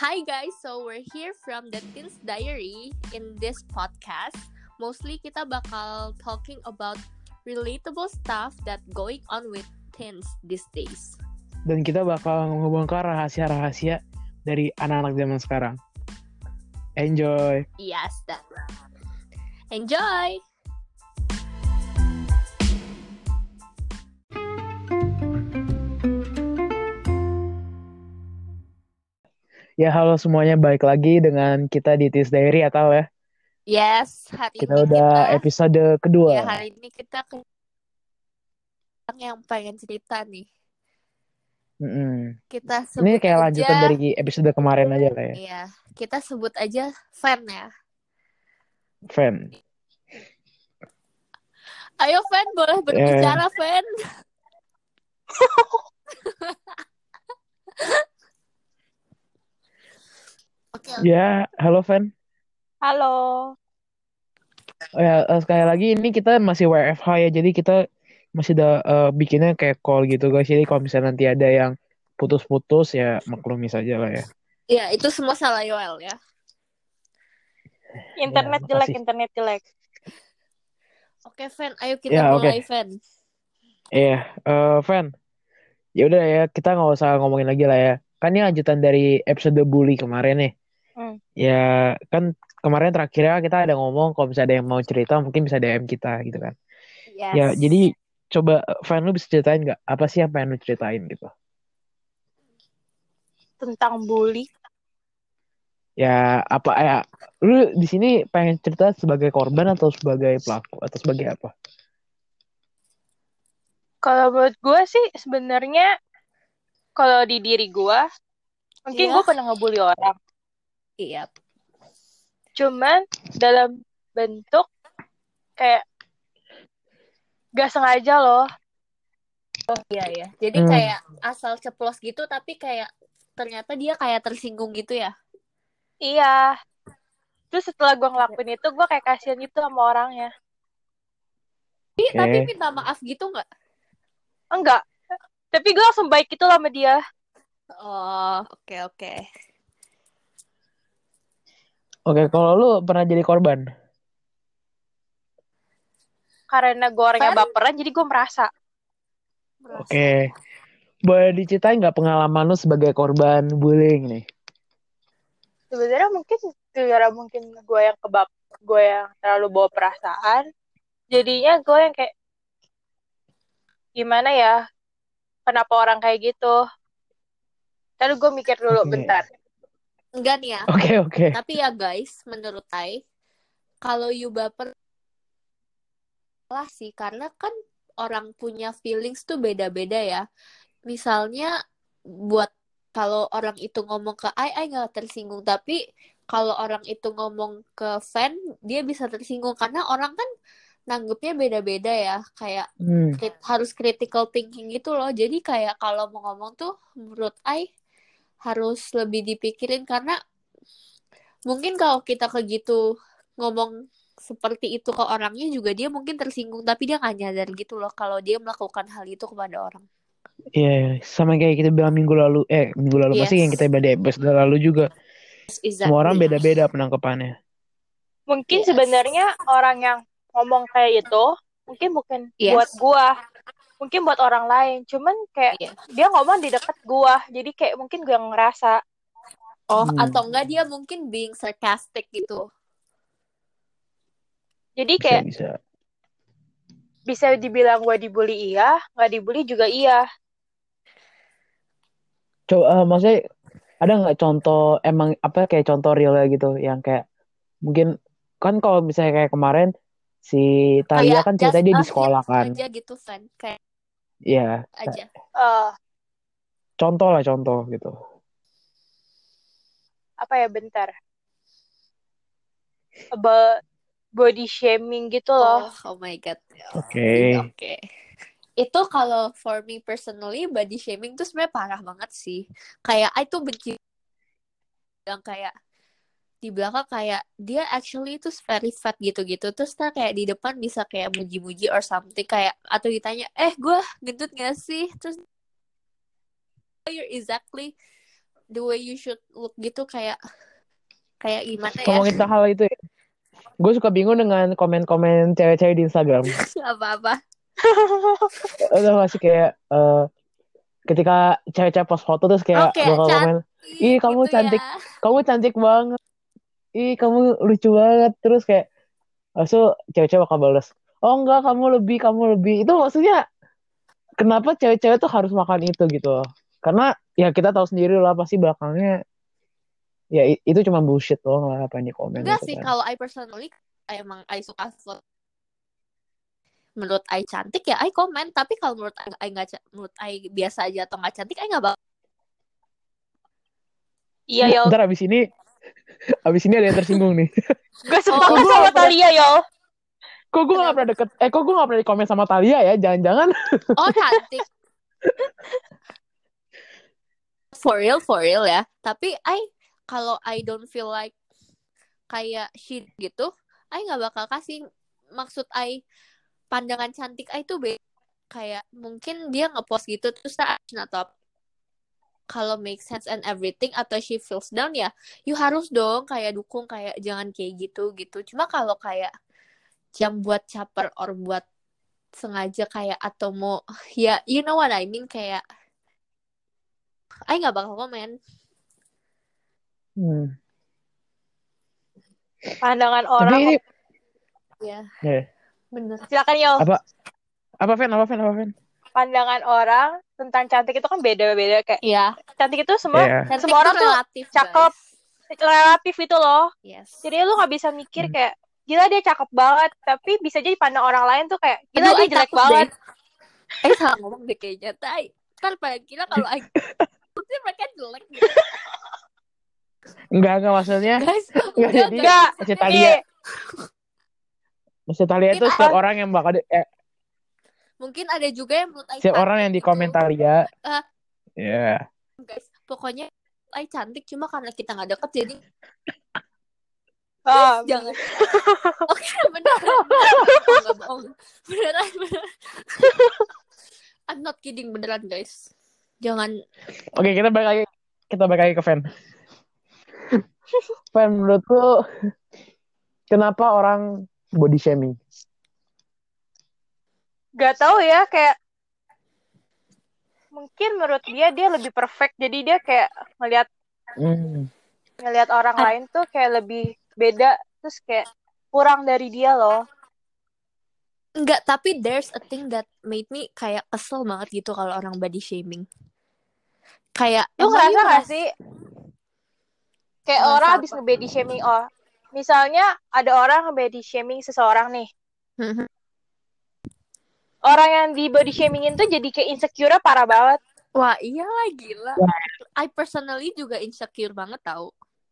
Hi guys, so we're here from the Teens Diary. In this podcast, mostly kita bakal talking about relatable stuff that going on with teens these days. Dan kita bakal ngebongkar rahasia-rahasia dari anak-anak zaman sekarang. Enjoy! Yes, that's right. Enjoy! Ya, halo semuanya, balik lagi dengan kita di Teens Diary atau ya. Yes, hari Kita ini udah episode kedua. Ya, hari ini kita yang pengen cerita nih. Kita sebut Ini kayak aja, lanjutan dari episode kemarin aja lah ya. Iya, kita sebut aja Fan ya. Fan. Ayo Fan, boleh berbicara Fan. Okay. Ya, halo Fan. Halo. Ya, sekali lagi ini kita masih WFH ya, jadi kita masih bikinnya kayak call gitu guys. Jadi kalau misalnya nanti ada yang putus-putus ya maklumi saja lah ya. Ya, itu semua salah Yoel ya. Internet jelek. Oke, Fan, ayo kita mulai, Fan. Iya, Fan. Ya udah ya, kita nggak usah ngomongin lagi lah ya. Kan ini lanjutan dari episode bully kemarin nih. Ya, kan kemarin terakhirnya kita ada ngomong kalau misalnya ada yang mau cerita mungkin bisa DM kita gitu kan. Yes. Ya, jadi coba Fan, lu bisa ceritain nggak apa sih yang pengen lu ceritain gitu? Tentang bully. Ya, apa ya? Lu di sini pengen cerita sebagai korban atau sebagai pelaku atau sebagai apa? Kalau menurut gue sih sebenarnya kalau di diri gue mungkin gue pernah ngebully orang. Iya. Cuman dalam bentuk kayak gak sengaja loh. Oh iya. Jadi kayak asal ceplos gitu tapi kayak ternyata dia kayak tersinggung gitu ya. Iya. Terus setelah gue ngelakuin itu gue kayak kasihan gitu sama orangnya. Tapi minta maaf gitu gak? Enggak. Tapi gue langsung baik gitu sama dia. Oh, oke. Oke, kalau lu pernah jadi korban? Karena gue orangnya baperan, jadi gue merasa. Oke. Boleh diceritain nggak pengalaman lu sebagai korban bullying nih? Sebenarnya mungkin gue yang terlalu bawa perasaan. Jadinya gue yang kayak gimana ya? Kenapa orang kayak gitu? Lalu gue mikir dulu bentar. Enggak nih ya. Oke. Tapi ya guys, menurut I, kalau you baper lah sih, karena kan orang punya feelings tuh beda-beda ya. Misalnya buat kalau orang itu ngomong ke I nggak tersinggung, tapi kalau orang itu ngomong ke Fan, dia bisa tersinggung karena orang kan nanggepnya beda-beda ya, kayak harus critical thinking gitu loh. Jadi kayak kalau mau ngomong tuh menurut I harus lebih dipikirin karena mungkin kalau kita gitu ngomong seperti itu ke orangnya juga dia mungkin tersinggung tapi dia nggak nyadar gitu loh kalau dia melakukan hal itu kepada orang. Iya, sama kayak kita bilang minggu lalu masih yang kita bahas di episode lalu juga. Exactly. Semua orang beda-beda penangkapannya. Mungkin sebenarnya orang yang ngomong kayak itu mungkin bukan buat gua, mungkin buat orang lain. Cuman kayak dia ngomong di dekat gua, jadi kayak mungkin gua yang ngerasa. Atau enggak dia mungkin being sarcastic gitu. Jadi kayak bisa dibilang gua dibully iya, nggak dibully juga iya. Coba maksudnya ada nggak contoh emang apa kayak contoh realnya gitu yang kayak mungkin kan kalau misalnya kayak kemarin si Thalia kan ceritanya dia di sekolah kan. Aja gitu Fan kayak. Iya. Aja. Contoh gitu. Apa ya bentar. Body shaming gitu loh. Oh my god. Oke. Itu kalau for me personally body shaming tuh sebenarnya parah banget sih. Kayak I tuh benci yang kayak di belakang kayak dia actually itu very fat gitu-gitu terus kayak di depan bisa kayak muji-muji or something kayak atau ditanya gue gendut gak sih terus you're exactly the way you should look gitu kayak gimana ya? Ngomongin tentang hal itu ya. Gue suka bingung dengan komen-komen cewek-cewek di Instagram. Apa-apa. Udah masih kayak ketika cewek-cewek post foto terus kayak bakal komen, ih kamu gitu cantik, ya. kamu cantik banget, ih kamu lucu banget, terus kayak langsung cewek-cewek bakal balas, oh enggak kamu lebih, itu maksudnya kenapa cewek-cewek tuh harus makan itu gitu? Karena ya kita tahu sendiri lah pasti belakangnya ya itu cuma bullshit loh lah apa yang di komen. Enggak gitu sih, kan. kalau I personally emang I suka menurut I cantik ya I komen, tapi kalau menurut I nggak, menurut I biasa aja atau nggak cantik I nggak bakal. Iya yo. Ntar abis ini ada yang tersinggung nih. Gue sepakat sama Thalia yo. Kok gue nggak pernah deket, kok gue nggak pernah di komen sama Thalia ya, jangan-jangan. Oh cantik. For real ya. Tapi kalau I don't feel like kayak shit gitu, I nggak bakal kasih. Maksud I pandangan cantik I tuh beda. Kayak mungkin dia ngepost gitu terus atau kalau make sense and everything atau she feels down ya, you harus dong kayak dukung, kayak jangan kayak gitu. Cuma kalau kayak yang buat caper or buat sengaja kayak atau mau ya you know what I mean, kayak I nggak bakal komen. Pandangan orang. Tapi ini ya. Bener. Silakan yo. Apa Fen? Pandangan orang tentang cantik itu kan beda-beda kayak. Iya. Cantik itu semua orang tuh relatif, cakep. Guys. Relatif itu loh. Yes. Jadi lu nggak bisa mikir kayak gila dia cakep banget, tapi bisa jadi pandang orang lain tuh kayak gila dia jelek banget. Salah ngomong deh kayaknya. Ntar pada kira kalau putih mereka jelek gitu. Enggak maksudnya. Guys, enggak. Maksud Thalia itu setiap orang yang bakal mungkin ada juga yang menurut setiap orang yang di komen Thalia. Ya. Guys, pokoknya I cantik cuma karena kita nggak deket jadi jangan. Oke, beneran. Nggak bohong. Beneran. I'm not kidding, beneran guys. Jangan. Oke, kita balik lagi ke Fen. Fen, menurutku kenapa orang body shaming? Gak tahu ya, kayak mungkin menurut dia lebih perfect, jadi dia kayak ngelihat orang lain tuh kayak lebih beda, terus kayak kurang dari dia loh. Enggak, tapi there's a thing that made me kayak kesel banget gitu kalau orang body shaming. Kayak lu ngerasa gak sih kayak orang habis nge-body shaming, misalnya ada orang nge-body shaming seseorang nih. Orang yang di body shamingin tuh jadi kayak insecure parah banget. Wah iyalah gila. I personally juga insecure banget tau.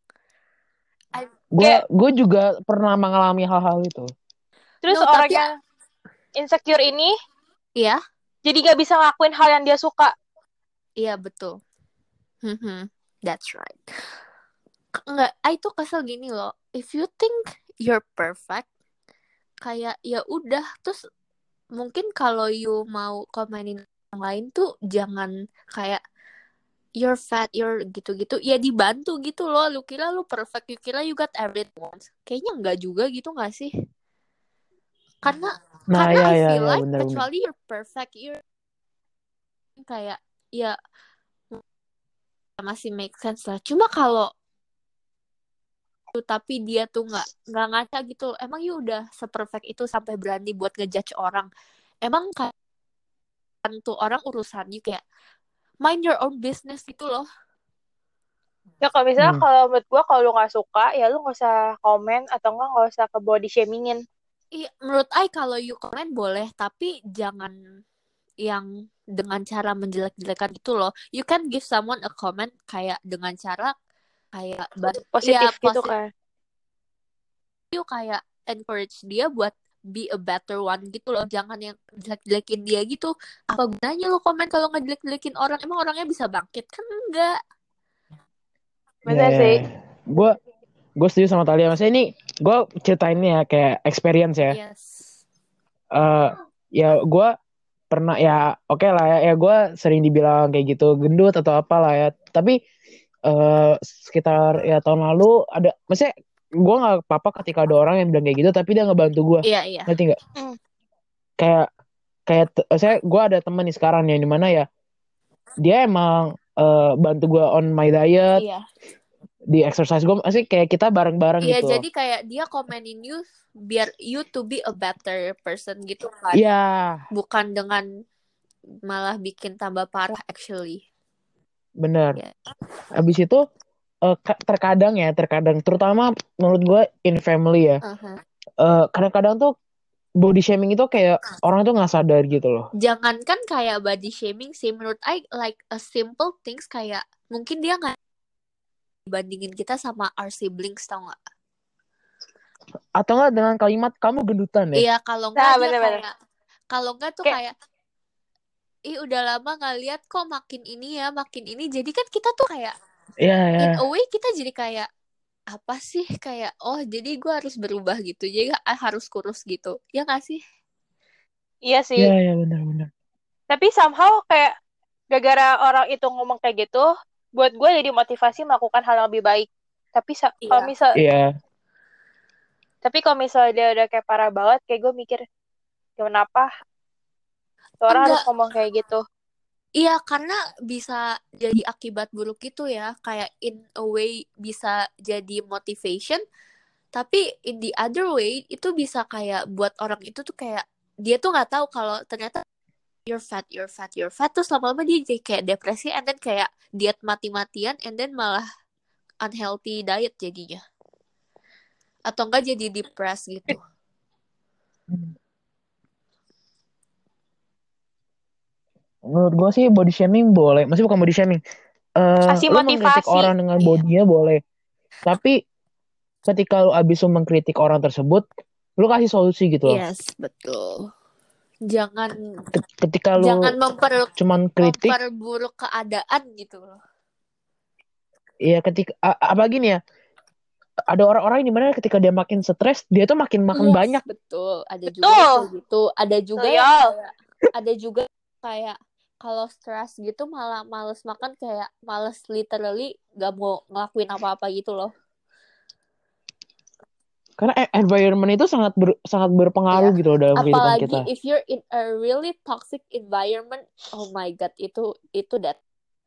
Gue juga pernah mengalami hal-hal itu. Terus orang yang insecure ini jadi gak bisa ngelakuin hal yang dia suka. Iya betul. That's right. Enggak, I tuh kesel gini loh. If you think you're perfect, kayak ya udah, terus mungkin kalau you mau komenin orang lain tuh jangan kayak you're fat, you're gitu-gitu. Ya dibantu gitu loh. Lu kira lu perfect, you kira you got everything. Kayaknya enggak juga gitu gak sih? Karena I feel like bener, kecuali you're perfect, you're kayak ya masih make sense lah. Cuma kalau tapi dia tuh nggak ngaca gitu, emang you udah seperfect itu sampai berani buat ngejudge orang? Emang kan tuh orang urusan you, kayak mind your own business gitu loh. Ya kalau misalnya kalau menurut gue kalau lu nggak suka ya lu nggak usah komen atau nggak usah ke body shamingin. Iya, menurut I kalau you komen boleh, tapi jangan yang dengan cara menjelek-jelekan gitu loh. You can give someone a comment kayak dengan cara kayak positif gitu kan. You kayak encourage dia buat be a better one gitu loh. Jangan yang jelek-jelekin dia gitu. Apa gunanya lo komen kalau ngejelek-jelekin orang? Emang orangnya bisa bangkit? Kan enggak. Bener sih. Gue setuju sama Thalia. Maksudnya ini gue ceritain ya kayak experience ya. Yes. Ya gue pernah ya oke lah ya gue sering dibilang kayak gitu gendut atau apalah ya. Tapi sekitar ya tahun lalu ada, maksudnya gue nggak apa-apa ketika ada orang yang bilang kayak gitu, tapi dia ngebantu gue, Iya. ngerti nggak? Kayak saya gue ada temen nih sekarang yang dimana ya dia emang bantu gue on my diet, di exercise gue, masih kayak kita bareng-bareng gitu. Iya, jadi kayak dia komenin you biar you to be a better person gitu kan. Iya. Bukan dengan malah bikin tambah parah actually. Bener. Abis itu terkadang terutama menurut gue in family ya. Kadang-kadang tuh body shaming itu kayak orang tuh nggak sadar gitu loh. Jangankan kayak body shaming sih, menurut I like a simple things kayak mungkin dia nggak bandingin kita sama our siblings, tau nggak? Atau nggak dengan kalimat kamu gendutan ya? Iya, kalau nggak dia kayak kalau nggak tuh kayak udah lama nggak lihat kok makin ini, jadi kan kita tuh kayak in a way kita jadi kayak apa sih, kayak jadi gue harus berubah gitu, jadi harus kurus gitu, ya nggak sih? Iya sih. Iya benar. Tapi somehow kayak gara-gara orang itu ngomong kayak gitu, buat gue jadi motivasi melakukan hal yang lebih baik. Tapi kalau misal tapi kalau misalnya dia udah kayak parah banget, kayak gue mikir kenapa orang harus ngomong kayak gitu. Iya, karena bisa jadi akibat buruk gitu ya. Kayak in a way bisa jadi motivation. Tapi in the other way, itu bisa kayak buat orang itu tuh kayak, dia tuh gak tahu kalau ternyata you're fat. Terus lama-lama dia jadi kayak depresi, and then kayak diet mati-matian, and then malah unhealthy diet jadinya. Atau enggak jadi depressed gitu. Menurut gue sih body shaming boleh, masih bukan body shaming. Lu mengkritik orang dengan bodinya boleh, tapi ketika lu abis lu mengkritik orang tersebut, lu kasih solusi gitu loh. Yes, betul. Jangan ketika lu cuman kritik, memperburuk keadaan gitu loh. Iya, ketika apalagi nih ya, ada orang-orang di mana ketika dia makin stres, dia tuh makin makan banyak. Betul, ada juga gitu. Ada juga kayak kalau stres gitu malah males makan, kayak males literally gak mau ngelakuin apa-apa gitu loh. Karena environment itu sangat berpengaruh gitu loh dalam kehidupan kita. Apalagi if you're in a really toxic environment, oh my god, itu that.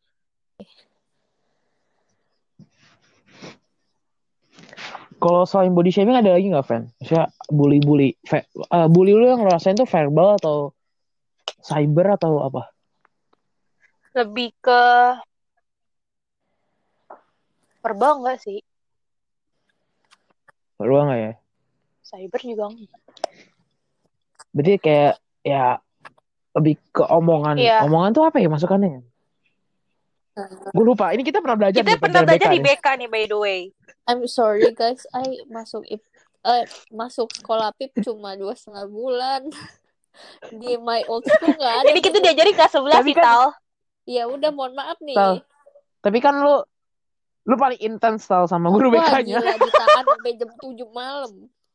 Kalau selain body shaming ada lagi nggak, Fan? Maksudnya bully lu yang ngerasain tuh verbal atau cyber atau apa? Lebih ke verbal enggak sih? Verbal nggak ya? Cyber juga enggak. Berarti kayak ya lebih ke omongan. Iya. Omongan tuh apa ya masukannya? Gue lupa. Ini kita pernah belajar. Kita pernah belajar di BK nih, by the way. I'm sorry guys, I masuk sekolah PIP cuma 2,5 bulan. Di my old school nggak ada. Jadi kita diajarin kelas 11 sih, Tal. Ya udah, mohon maaf nih. Tal. Tapi kan lu paling intens, Tal, sama guru BK-nya. Wah, gila, ditahan sampai jam 7 malam.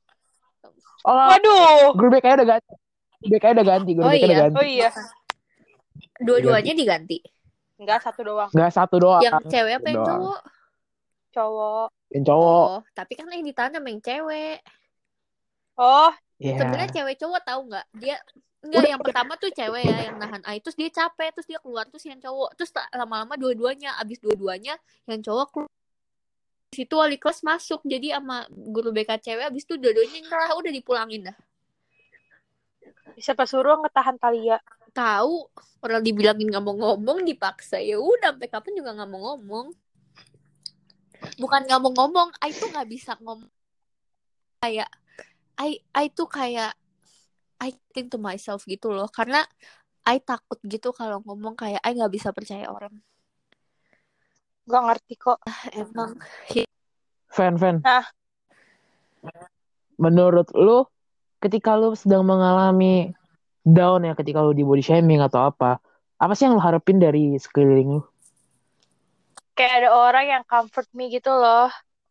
Waduh. Guru BK-nya udah ganti. Udah ganti. Oh iya. Dua-duanya diganti. Enggak, satu doang. Yang cewek apa yang cowok? Cowok. Yang cowok. Oh, tapi kan yang ditahan sama yang cewek. Oh. Yeah. Sebenarnya cewek cowok tahu nggak? Dia enggak, yang pertama tuh cewek ya yang nahan air, terus dia capek, terus dia keluar, terus yang cowok, terus lama-lama dua-duanya, abis dua-duanya yang cowok keluar. Situ wali kelas masuk, jadi sama guru BK cewek, abis itu dua-duanya nyerah, udah dipulangin dah. Siapa suruh ngetahan Talia? Tahu, orang dibilangin nggak mau ngomong, dipaksa, ya udah sampai kapan juga nggak mau ngomong. Bukan nggak mau ngomong, I tuh nggak bisa ngomong. Kayak I tuh kayak I think to myself gitu loh, karena I takut gitu kalau ngomong, kayak I nggak bisa percaya orang. Gak ngerti kok. Emang. Fan. Nah. Menurut lu, ketika lu sedang mengalami down ya, ketika lu di body shaming atau apa sih yang lu harapin dari sekeliling lu? Kayak ada orang yang comfort me gitu loh.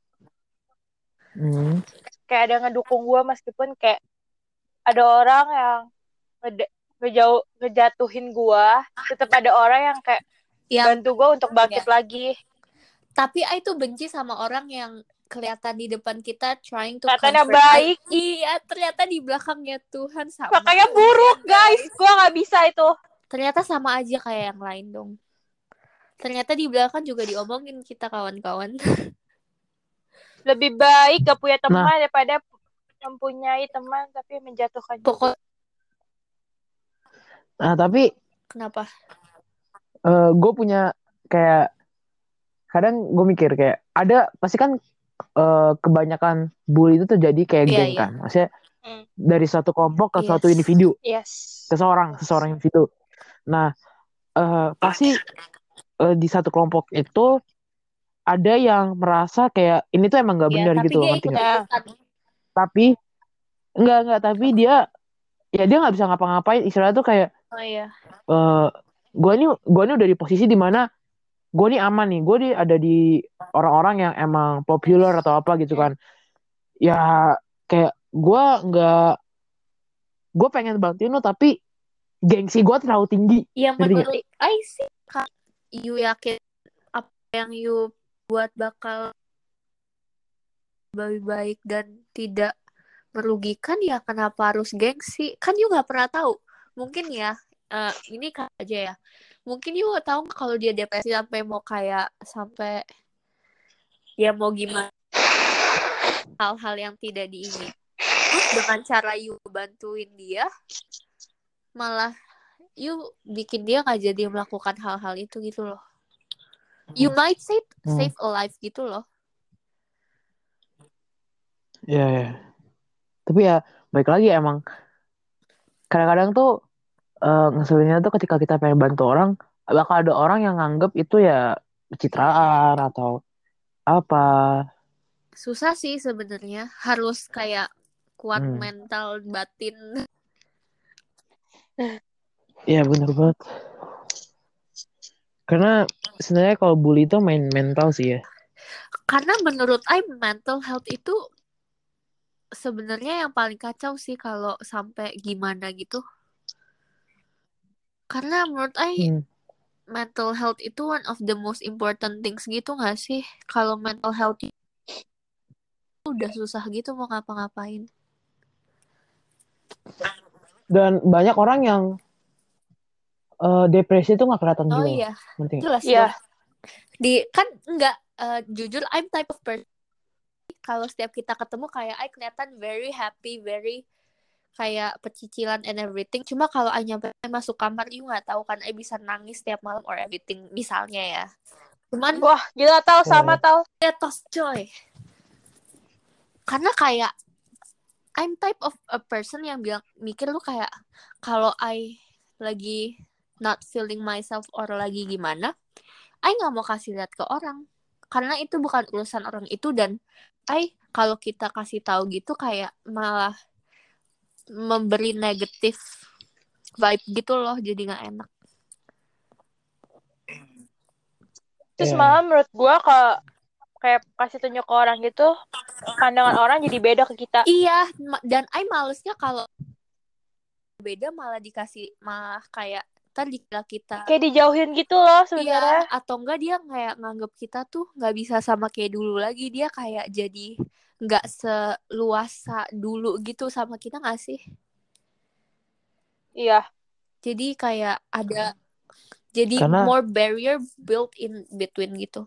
Kayak ada yang ngedukung gue, meskipun kayak ada orang yang ngejatuhin gue, tetap ada orang yang kayak bantu gue untuk bangkit lagi. Tapi I tuh benci sama orang yang kelihatan di depan kita trying to katanya comfort baik. Iya, ternyata di belakangnya Tuhan sama makanya buruk guys. Gue nggak bisa itu. Ternyata sama aja kayak yang lain dong. Ternyata di belakang juga diomongin kita kawan-kawan. Lebih baik gak punya teman daripada mempunyai teman tapi menjatuhkan. Nah tapi kenapa? Gue punya kayak kadang gue mikir kayak ada pasti kan kebanyakan bully itu terjadi kayak geng kan, maksudnya dari suatu kelompok ke suatu individu, ke seseorang individu. Nah pasti di satu kelompok itu ada yang merasa kayak ini tuh emang nggak benar gitu loh, ngerti nggak? Tapi tapi dia nggak bisa ngapa-ngapain, istilahnya tuh kayak gue ini udah di posisi dimana gue nih aman nih, gue nih ada di orang-orang yang emang populer atau apa gitu kan, ya kayak gue pengen bantuin lo tapi gengsi gue terlalu tinggi. Ya menurut I sih, you yakin apa yang you buat bakal baik-baik dan tidak merugikan, ya kenapa harus gengsi? Kan you nggak pernah tahu, mungkin ya ini kan aja ya, mungkin you tahu kalau dia depresi sampai mau kayak sampai ya mau gimana, hal-hal yang tidak diingin. Terus dengan cara you bantuin dia, malah you bikin dia nggak jadi melakukan hal-hal itu gitu loh. You might save a life gitu loh. Ya. Tapi ya baik lagi emang kadang-kadang tuh ngeselinnya tuh ketika kita pengen bantu orang, bakal ada orang yang nganggep itu ya pencitraan atau apa. Susah sih sebenarnya, harus kayak kuat mental batin. Iya benar banget. Karena sebenarnya kalau bully itu main mental sih ya. Karena menurut I mental health itu sebenarnya yang paling kacau sih kalau sampai gimana gitu. Karena menurut I mental health itu one of the most important things gitu gak sih? Kalau mental health itu udah susah gitu mau ngapa-ngapain. Dan banyak orang yang depresi itu gak kelihatan gitu. Oh iya, jelas dong. Kan enggak, jujur I'm type of person, kalau setiap kita ketemu kayak I kelihatan very happy, very kayak pecicilan and everything. Cuma kalau I nyampe masuk kamar, you nggak tahu kan I bisa nangis setiap malam or everything misalnya ya. Cuman wah gila tau sama tau. Tos coy. Karena kayak I'm type of a person yang bilang mikir lu kayak kalau I lagi not feeling myself or lagi gimana, I nggak mau kasih lihat ke orang karena itu bukan urusan orang itu. Dan kalau kita kasih tahu gitu kayak malah memberi negatif vibe gitu loh, jadi nggak enak. Terus malah menurut gue kayak kasih tunjuk ke orang gitu, pandangan orang jadi beda ke kita. Iya, dan malesnya kalau beda malah dikasih, malah kayak tadi kita kayak dijauhin gitu loh sebenarnya. Iya, atau enggak dia kayak nganggep kita tuh nggak bisa sama kayak dulu lagi, dia kayak jadi nggak seluasa dulu gitu sama kita nggak sih? Iya. Jadi kayak ada more barrier built in between gitu.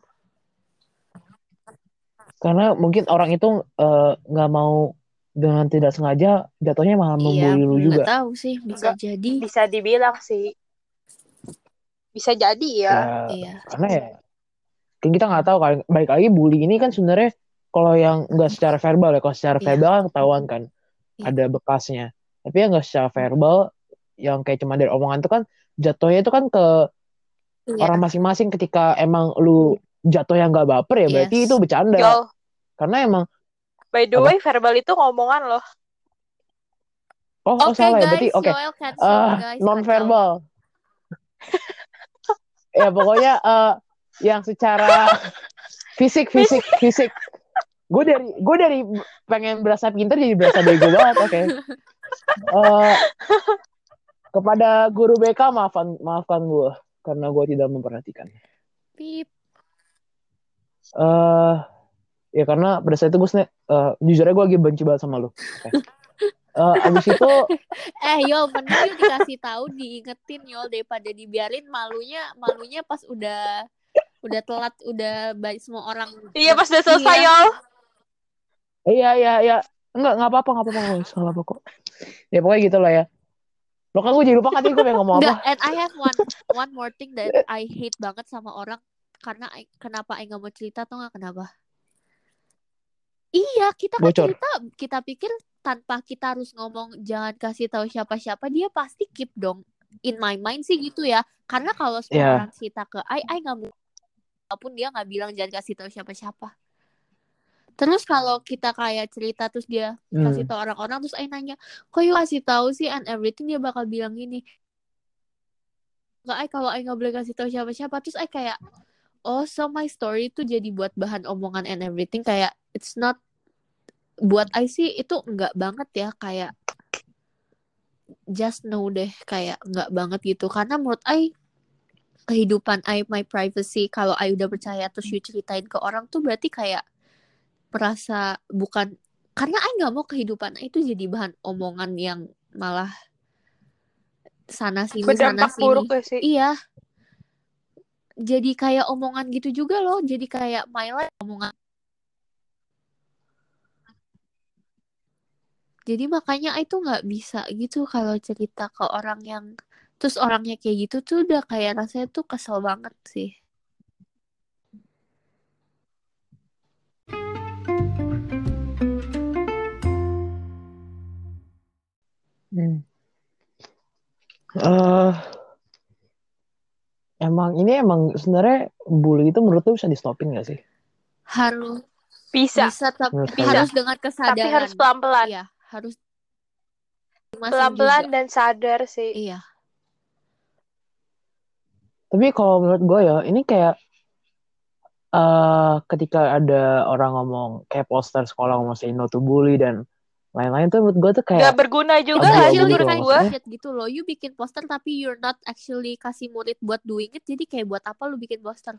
Karena mungkin orang itu nggak mau dengan tidak sengaja jatuhnya malah membuli lu juga. Nggak tahu sih, bisa jadi. Bisa dibilang sih. Bisa jadi ya. Iya. Karena ya kan kita nggak tahu kan, baik lagi bully ini kan sebenarnya kalau yang nggak secara verbal ya, kalau secara verbal kan ketahuan kan ada bekasnya. Tapi yang nggak secara verbal, yang kayak cuma dari omongan itu kan jatuhnya itu kan ke orang masing-masing. Ketika emang lu jatuh yang nggak baper ya berarti itu bercanda. Karena emang by the way verbal itu ngomongan loh. Oh salah ya berarti non verbal. Ya pokoknya yang secara fisik. Gue dari pengen berasa pintar jadi berasa bego banget. Oke. Kepada guru BK maafkan gue karena gue tidak memperhatikan. Pip. Ya karena pada saat itu gue jujur aja gue lagi benci banget sama lu. Abis itu Yol, mending yuk dikasih tahu, diingetin Yol, daripada dibiarin malunya pas udah telat, udah baik semua orang. Iya, pas udah selesai Yol. Iya. Enggak apa-apa kok. Ya pokoknya gitu lah ya. Lo kan gue jadi lupa kan tadi gue pengen ngomong apa. And I have one more thing that I hate banget sama orang, karena kenapa I nggak mau cerita tuh nggak kenapa? Iya, kita kan Bocor. cerita, kita pikir tanpa kita harus ngomong jangan kasih tahu siapa-siapa, dia pasti keep dong. In my mind sih gitu ya. Karena kalau semua orang cerita ke I nggak mau, walaupun dia nggak bilang jangan kasih tahu siapa-siapa. Terus kalau kita kayak cerita terus dia kasih tahu orang-orang, terus I nanya, kok you kasih tahu sih and everything, dia bakal bilang gini, nggak, kalau I nggak boleh kasih tahu siapa-siapa. Terus I kayak, oh so my story itu jadi buat bahan omongan and everything, kayak it's not. Buat I sih itu enggak banget ya, kayak just know deh, kayak enggak banget gitu. Karena menurut I, kehidupan I, my privacy, kalau I udah percaya terus you ceritain ke orang tuh berarti kayak merasa bukan, karena I nggak mau kehidupan I itu jadi bahan omongan yang malah sana sini berdampak sana sini. Buruk ya sih. Iya, jadi kayak omongan gitu juga loh, jadi kayak my life omongan. Jadi makanya itu nggak bisa gitu kalau cerita ke orang yang terus orangnya kayak gitu tuh udah kayak rasanya tuh kesel banget sih. Emang sebenarnya bully itu menurut lu bisa di stopin gak sih? Harus bisa tapi harus dengan kesadaran. Tapi harus pelan-pelan. Iya, harus pelan-pelan dan sadar sih. Iya. Tapi kalau menurut gue ya, ini kayak ketika ada orang ngomong kayak poster sekolah ngomong say no to bully dan lain-lain tuh menurut gue tuh kayak gak berguna juga lah sih menurut gue gitu loh. You bikin poster tapi you're not actually kasih murid buat doing it, jadi kayak buat apa lu bikin poster?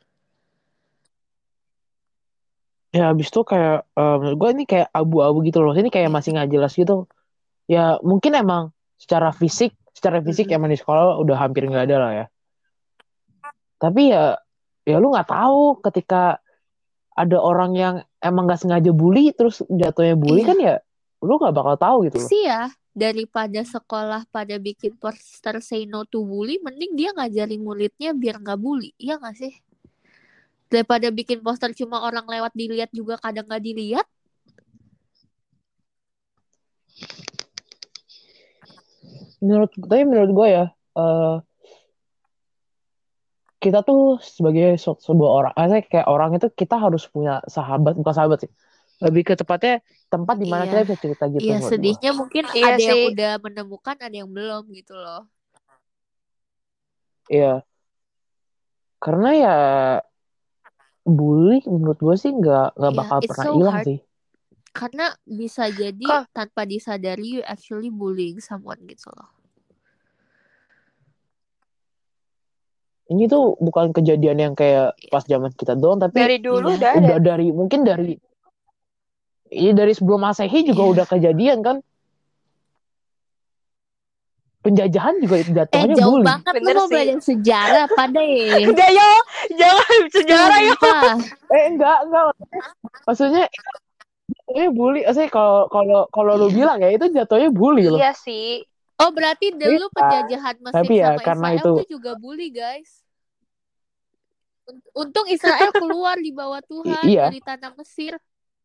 Ya abis itu kayak menurut gue ini kayak abu-abu gitu loh. Ini kayak masih nggak jelas gitu. Ya mungkin emang secara fisik emang di sekolah udah hampir nggak ada lah ya. Tapi ya lu nggak tahu ketika ada orang yang emang nggak sengaja bully terus jatuhnya bully kan ya lu nggak bakal tahu gitu loh. Sih ya, daripada sekolah pada bikin poster say no to bully, mending dia ngajarin muridnya biar nggak bully, iya nggak sih? Daripada bikin poster cuma orang lewat dilihat juga kadang nggak dilihat. Menurut gue ya, kita tuh sebagai sebuah orang, kayak orang itu kita harus punya sahabat, bukan sahabat sih, lebih ke tepatnya tempat di mana kita bisa cerita gitu. Iya, sedihnya mungkin ada yang udah menemukan, ada yang belum gitu loh. Iya, karena ya bully menurut gue sih nggak bakal pernah hilang sih. Karena bisa jadi tanpa disadari you actually bullying someone gitu loh. Ini tuh bukan kejadian yang kayak pas zaman kita doang, tapi dari dulu udah mungkin dari sebelum Masehi juga udah kejadian kan. Penjajahan juga jatuhnya jauh bully. Banget. Bener lu mau belajar sejarah pada ya. Jangan sejarah ya. Enggak. Maksudnya bully. Maksudnya kalau lu bilang ya itu jatuhnya bully loh. Iya sih. Oh berarti dulu penjajahan Mesir tapi ya, sama karena Israel itu juga bully guys. Untung Israel keluar di bawah Tuhan dari tanah Mesir.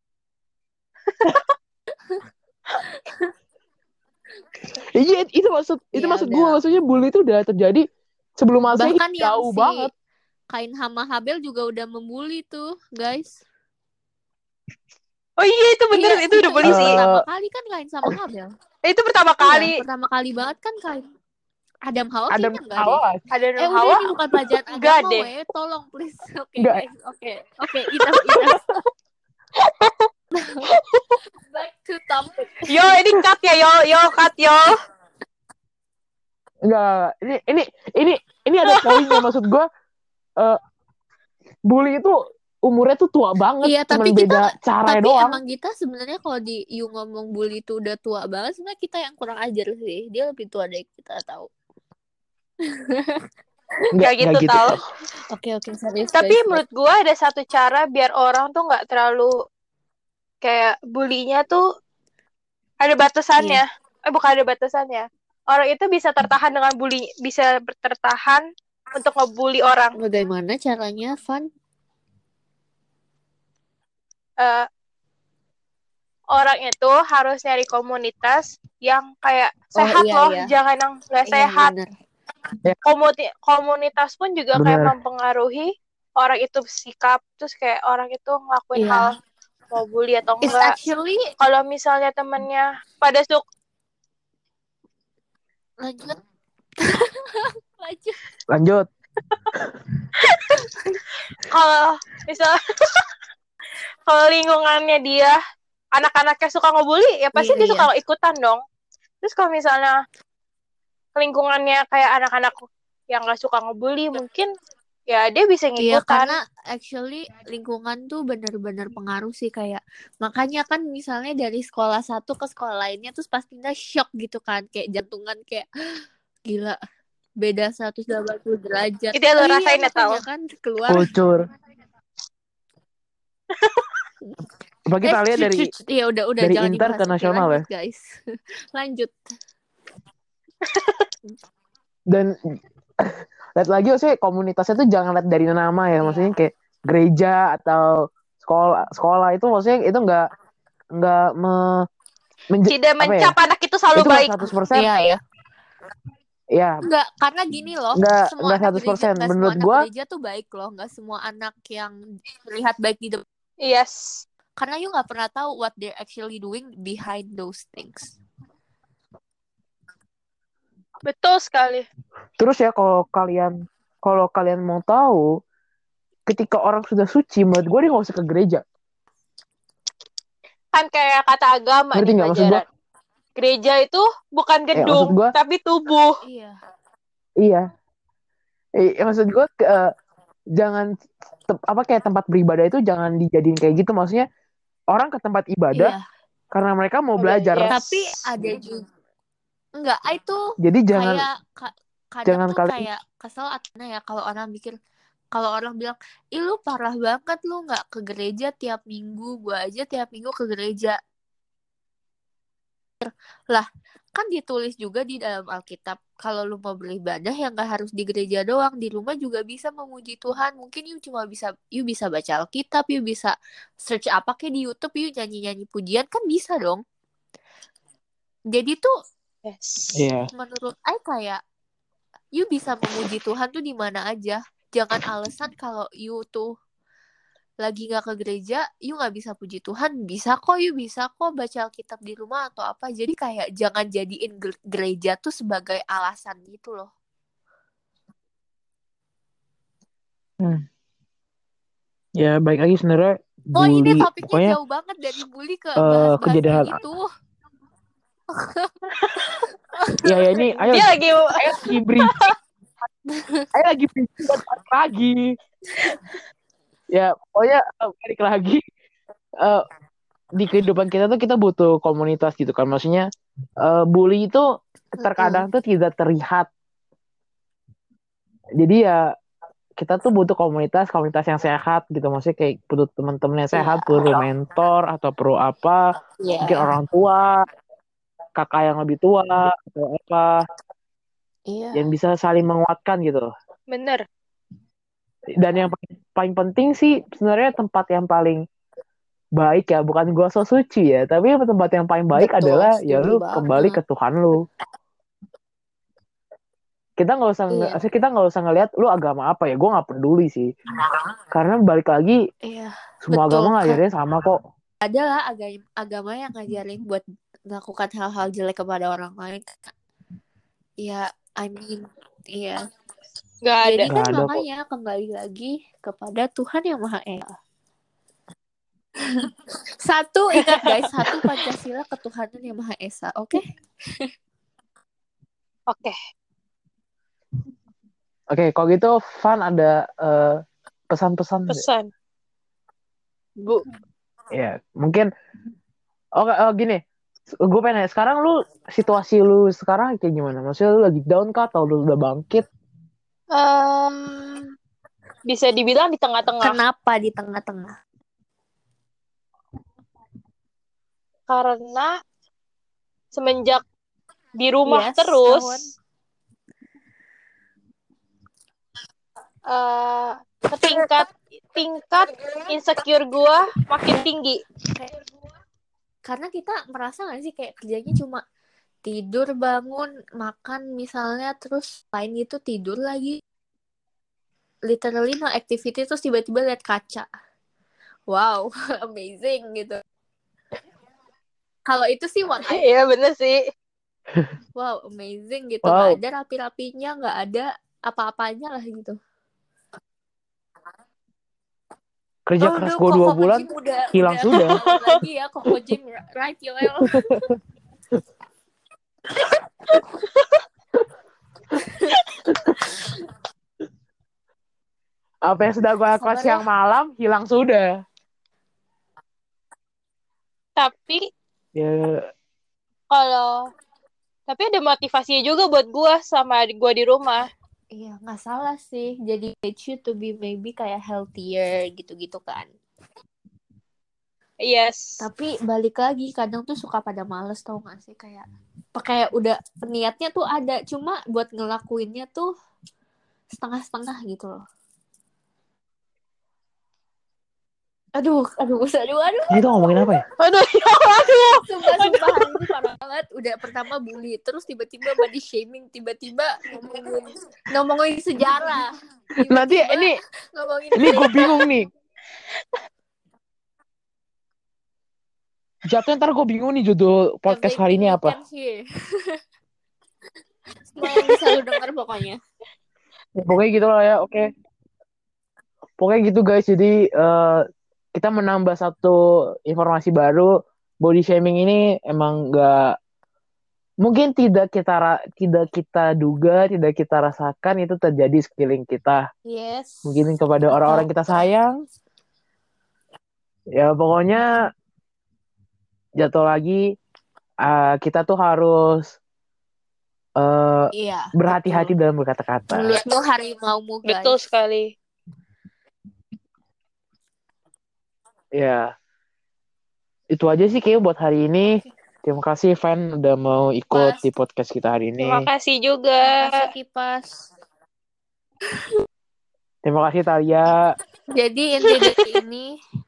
Iya itu maksud gue, maksudnya bully itu udah terjadi sebelum Masehi, jauh banget. Kain sama Habel juga udah membuli tuh guys. Oh iya itu bener, itu udah bully sih. Pertama kali kan Kain sama Habel. Itu pertama kali. Pertama kali banget kan Kain. Adam Hawa Adam kayaknya enggak deh. Adam Hawa. Udah ini bukan pelajaran agama deh. Tolong please. Oke, enough. Back to topic. Yo, ini cut ya, yo cut yo. Enggak, ini ada poinnya. Maksud gue bully itu umurnya tuh tua banget, iya, cuman tapi beda cara tapi doang. emang kita sebenarnya kalau di you ngomong bully itu udah tua banget, sebenarnya kita yang kurang ajar sih. Dia lebih tua dari kita tahu. Nggak gitu gitu tau. Oke, serius. Tapi guys. menurut gue ada satu cara biar orang tuh nggak terlalu kayak bulinya tuh ada batasannya. Bukan ada batasannya. Orang itu bisa tertahan dengan bully, bisa tertahan untuk ngebully orang. Bagaimana caranya, Van? Orang itu harus nyari komunitas yang kayak sehat loh, jangan yang nggak sehat. Komunitas pun juga kayak mempengaruhi orang itu sikap, terus kayak orang itu ngelakuin hal mau bully atau enggak. Kalau misalnya temennya pada lanjut. Kalau misalnya kalau lingkungannya dia anak-anaknya suka ngebully, ya pasti dia suka ikutan dong. Terus kalau misalnya lingkungannya kayak anak-anak yang gak suka ngebully, mungkin ya dia bisa ngikutan. Iya, karena actually lingkungan tuh bener-bener pengaruh sih. Kayak makanya kan misalnya dari sekolah satu ke sekolah lainnya terus pastinya shock gitu kan, kayak jantungan kayak gila, beda 180 derajat. Itu yang lo rasain ya, tau kan keluar kultur. Apa kita lihat dari ya udah dari jangan inter ke nasional ya, guys. Lanjut. Dan lihat lagi maksudnya komunitasnya tuh jangan lihat dari nama ya, maksudnya kayak gereja atau sekolah itu maksudnya itu nggak tidak mencap anak itu selalu itu baik. 100%. Iya. Enggak, karena gini loh, semua anak gereja, menurut gue gereja tuh baik loh, nggak semua anak yang terlihat baik di depan. Yes. Karena you nggak pernah tahu what they're actually doing behind those things. Betul sekali. Terus ya kalau kalian mau tahu, ketika orang sudah suci, menurut gue dia nggak usah ke gereja. Kan kayak kata agama di pelajaran. Gereja itu bukan gedung, tapi tubuh. Iya. Maksud gue jangan kayak tempat beribadah itu jangan dijadiin kayak gitu. Maksudnya orang ke tempat ibadah karena mereka mau belajar. Tapi ada juga enggak itu. Jadi jangan kadang tuh kayak kesel ya kalau orang mikir, kalau orang bilang, ih lu parah banget lu nggak ke gereja tiap minggu, gua aja tiap minggu ke gereja. Lah, kan ditulis juga di dalam Alkitab, kalau lu mau beribadah ya nggak harus di gereja doang, di rumah juga bisa memuji Tuhan. Mungkin you bisa baca Alkitab, you bisa search apa kayak di YouTube, you nyanyi pujian, kan bisa dong. Jadi tuh menurut I kayak you bisa memuji Tuhan tuh di mana aja. Jangan alasan kalau you tuh lagi gak ke gereja, you gak bisa puji Tuhan. Bisa kok, you bisa kok baca Alkitab di rumah atau apa. Jadi kayak jangan jadiin gereja tuh sebagai alasan gitu loh. Ya baik lagi sebenarnya bully. Ini topiknya jauh banget dari bully ke bahas-bahas kejadian itu. Ya ini ayo lagi bridging. Ayo lagi bridging lagi. Ya pokoknya balik lagi di kehidupan kita tuh kita butuh komunitas gitu kan. Maksudnya bully itu terkadang tuh tidak terlihat. Jadi ya kita tuh butuh komunitas yang sehat gitu. Maksudnya kayak butuh teman-teman yang sehat, perlu mentor atau perlu apa, mungkin orang tua, kakak yang lebih tua atau apa, yang bisa saling menguatkan gitu. Bener. Dan yang paling penting sih sebenarnya tempat yang paling baik ya, bukan gua so suci ya, tapi tempat yang paling baik adalah ya lu kembali ke Tuhan lu. Kita nggak usah ngelihat lu agama apa ya, gue nggak peduli sih, karena balik lagi semua agama ngajarinnya sama kok. Adalah agama yang ngajarin buat melakukan hal-hal jelek kepada orang lain. Ya, I mean, iya. Jadi kan makanya kembali lagi kepada Tuhan yang Maha Esa. Satu, ingat guys, satu Pancasila, ketuhanan yang Maha Esa, oke? Oke, kalau gitu Van ada pesan-pesan. Pesan. Bu. Ya, mungkin gini. Gue pengen nanya, sekarang lu situasi lu sekarang kayak gimana? Maksudnya lu lagi down kah atau lu udah bangkit? Bisa dibilang di tengah-tengah. Kenapa di tengah-tengah? Karena semenjak di rumah terus, tingkat insecure gue makin tinggi. Karena kita merasa gak sih kayak kerjanya cuma tidur, bangun, makan misalnya, terus lain itu tidur lagi. Literally no activity, terus tiba-tiba lihat kaca. Wow, amazing gitu. Kalau itu sih what Iya bener sih. Wow, amazing gitu. Wow. Gak ada rapi-rapinya, gak ada apa-apanya lah gitu. Kerja keras gue 2 bulan hilang sudah. Lagi ya Koko Jim, right Yoel? Apa yang sudah gue lakukan siang malam hilang sudah. Tapi tapi ada motivasinya juga buat gue sama gue di rumah. Iya, nggak salah sih. Jadi teach you to be maybe kayak healthier gitu-gitu kan. Yes. Tapi balik lagi, kadang tuh suka pada males tau gak sih? Kayak udah niatnya tuh ada, cuma buat ngelakuinnya tuh setengah-setengah gitu loh. Aduh. Ini tuh ngomongin apa ya? Sumpah hari ini parah banget. Udah pertama bully, terus tiba-tiba body shaming, tiba-tiba ngomongin sejarah. Nanti ini gue bingung nih. Jatuhnya ntar gue bingung nih judul podcast hari ini apa. Semua yang bisa lu denger pokoknya. Ya, pokoknya gitu lah ya, oke. Pokoknya gitu guys, jadi kita menambah satu informasi baru. Body shaming ini emang gak, mungkin tidak kita duga, tidak kita rasakan itu terjadi sekeliling kita. Yes. Mungkin kepada orang-orang kita sayang. Ya pokoknya jatuh lagi, kita tuh harus berhati-hati dalam berkata-kata. Mulutmu harimaumu, guys. Betul sekali. Ya, itu aja sih kayak buat hari ini. Terima kasih Van udah mau ikut di podcast kita hari ini. Terima kasih juga. Terima kasih Kipas. Terima kasih Talia. Jadi inti dari ini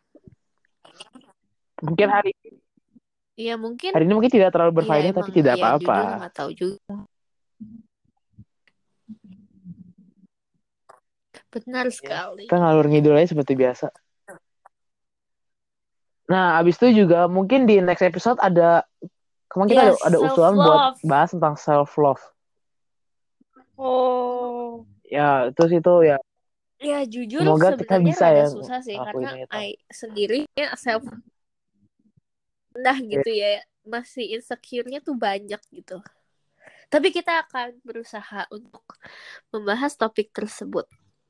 mungkin hari ini mungkin tidak terlalu berfaedah, tapi tidak apa-apa. Jujur nggak tahu juga. Benar sekali. Kita ngalur ngidul aja seperti biasa. Nah, abis itu juga mungkin di next episode kemarin kita ada usulan buat bahas tentang self love. Oh. Ya, terus itu ya. Ya jujur semoga kita bisa ya susah sih karena sendiri self rendah gitu ya, masih insecure-nya tuh banyak gitu. Tapi kita akan berusaha untuk membahas topik tersebut.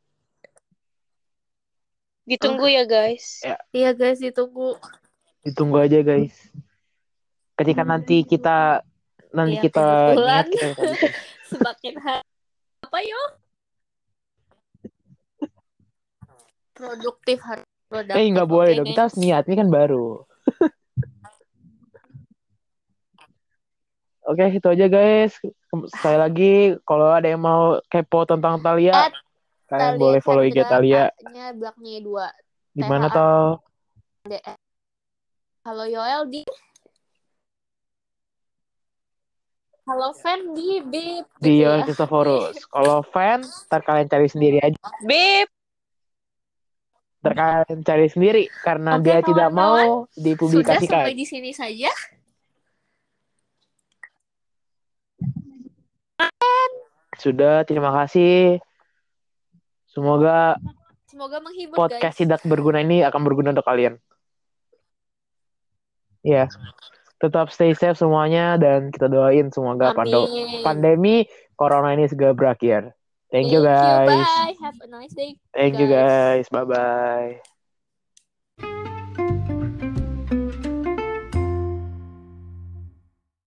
Ditunggu ya guys. Iya guys, ditunggu. Ditunggu aja guys. Ketika nanti kita niat kita semakin apa yo? Produktif harus produktif. Nggak boleh dong. Kita harus niat, ini kan baru. Oke, itu aja guys. Sekali lagi, kalau ada yang mau kepo tentang Talia, kalian boleh follow IG Talia. Belakangnya 2. Gimana toh? Halo Yoel di. Halo Fan di Bip. Di Yoel Christophorus. Kalau Fan, ntar kalian cari sendiri aja. Bip. Ntar kalian cari sendiri karena dia tidak mau dipublikasikan. Sudah sampai di sini saja. Sudah, terima kasih. Semoga menghibur podcast guys. Sidak Berguna ini akan berguna untuk kalian. Ya, tetap stay safe semuanya dan kita doain semoga pandemi corona ini segera berakhir. Thank you guys. Bye. Have a nice day. Thank you guys. Bye bye.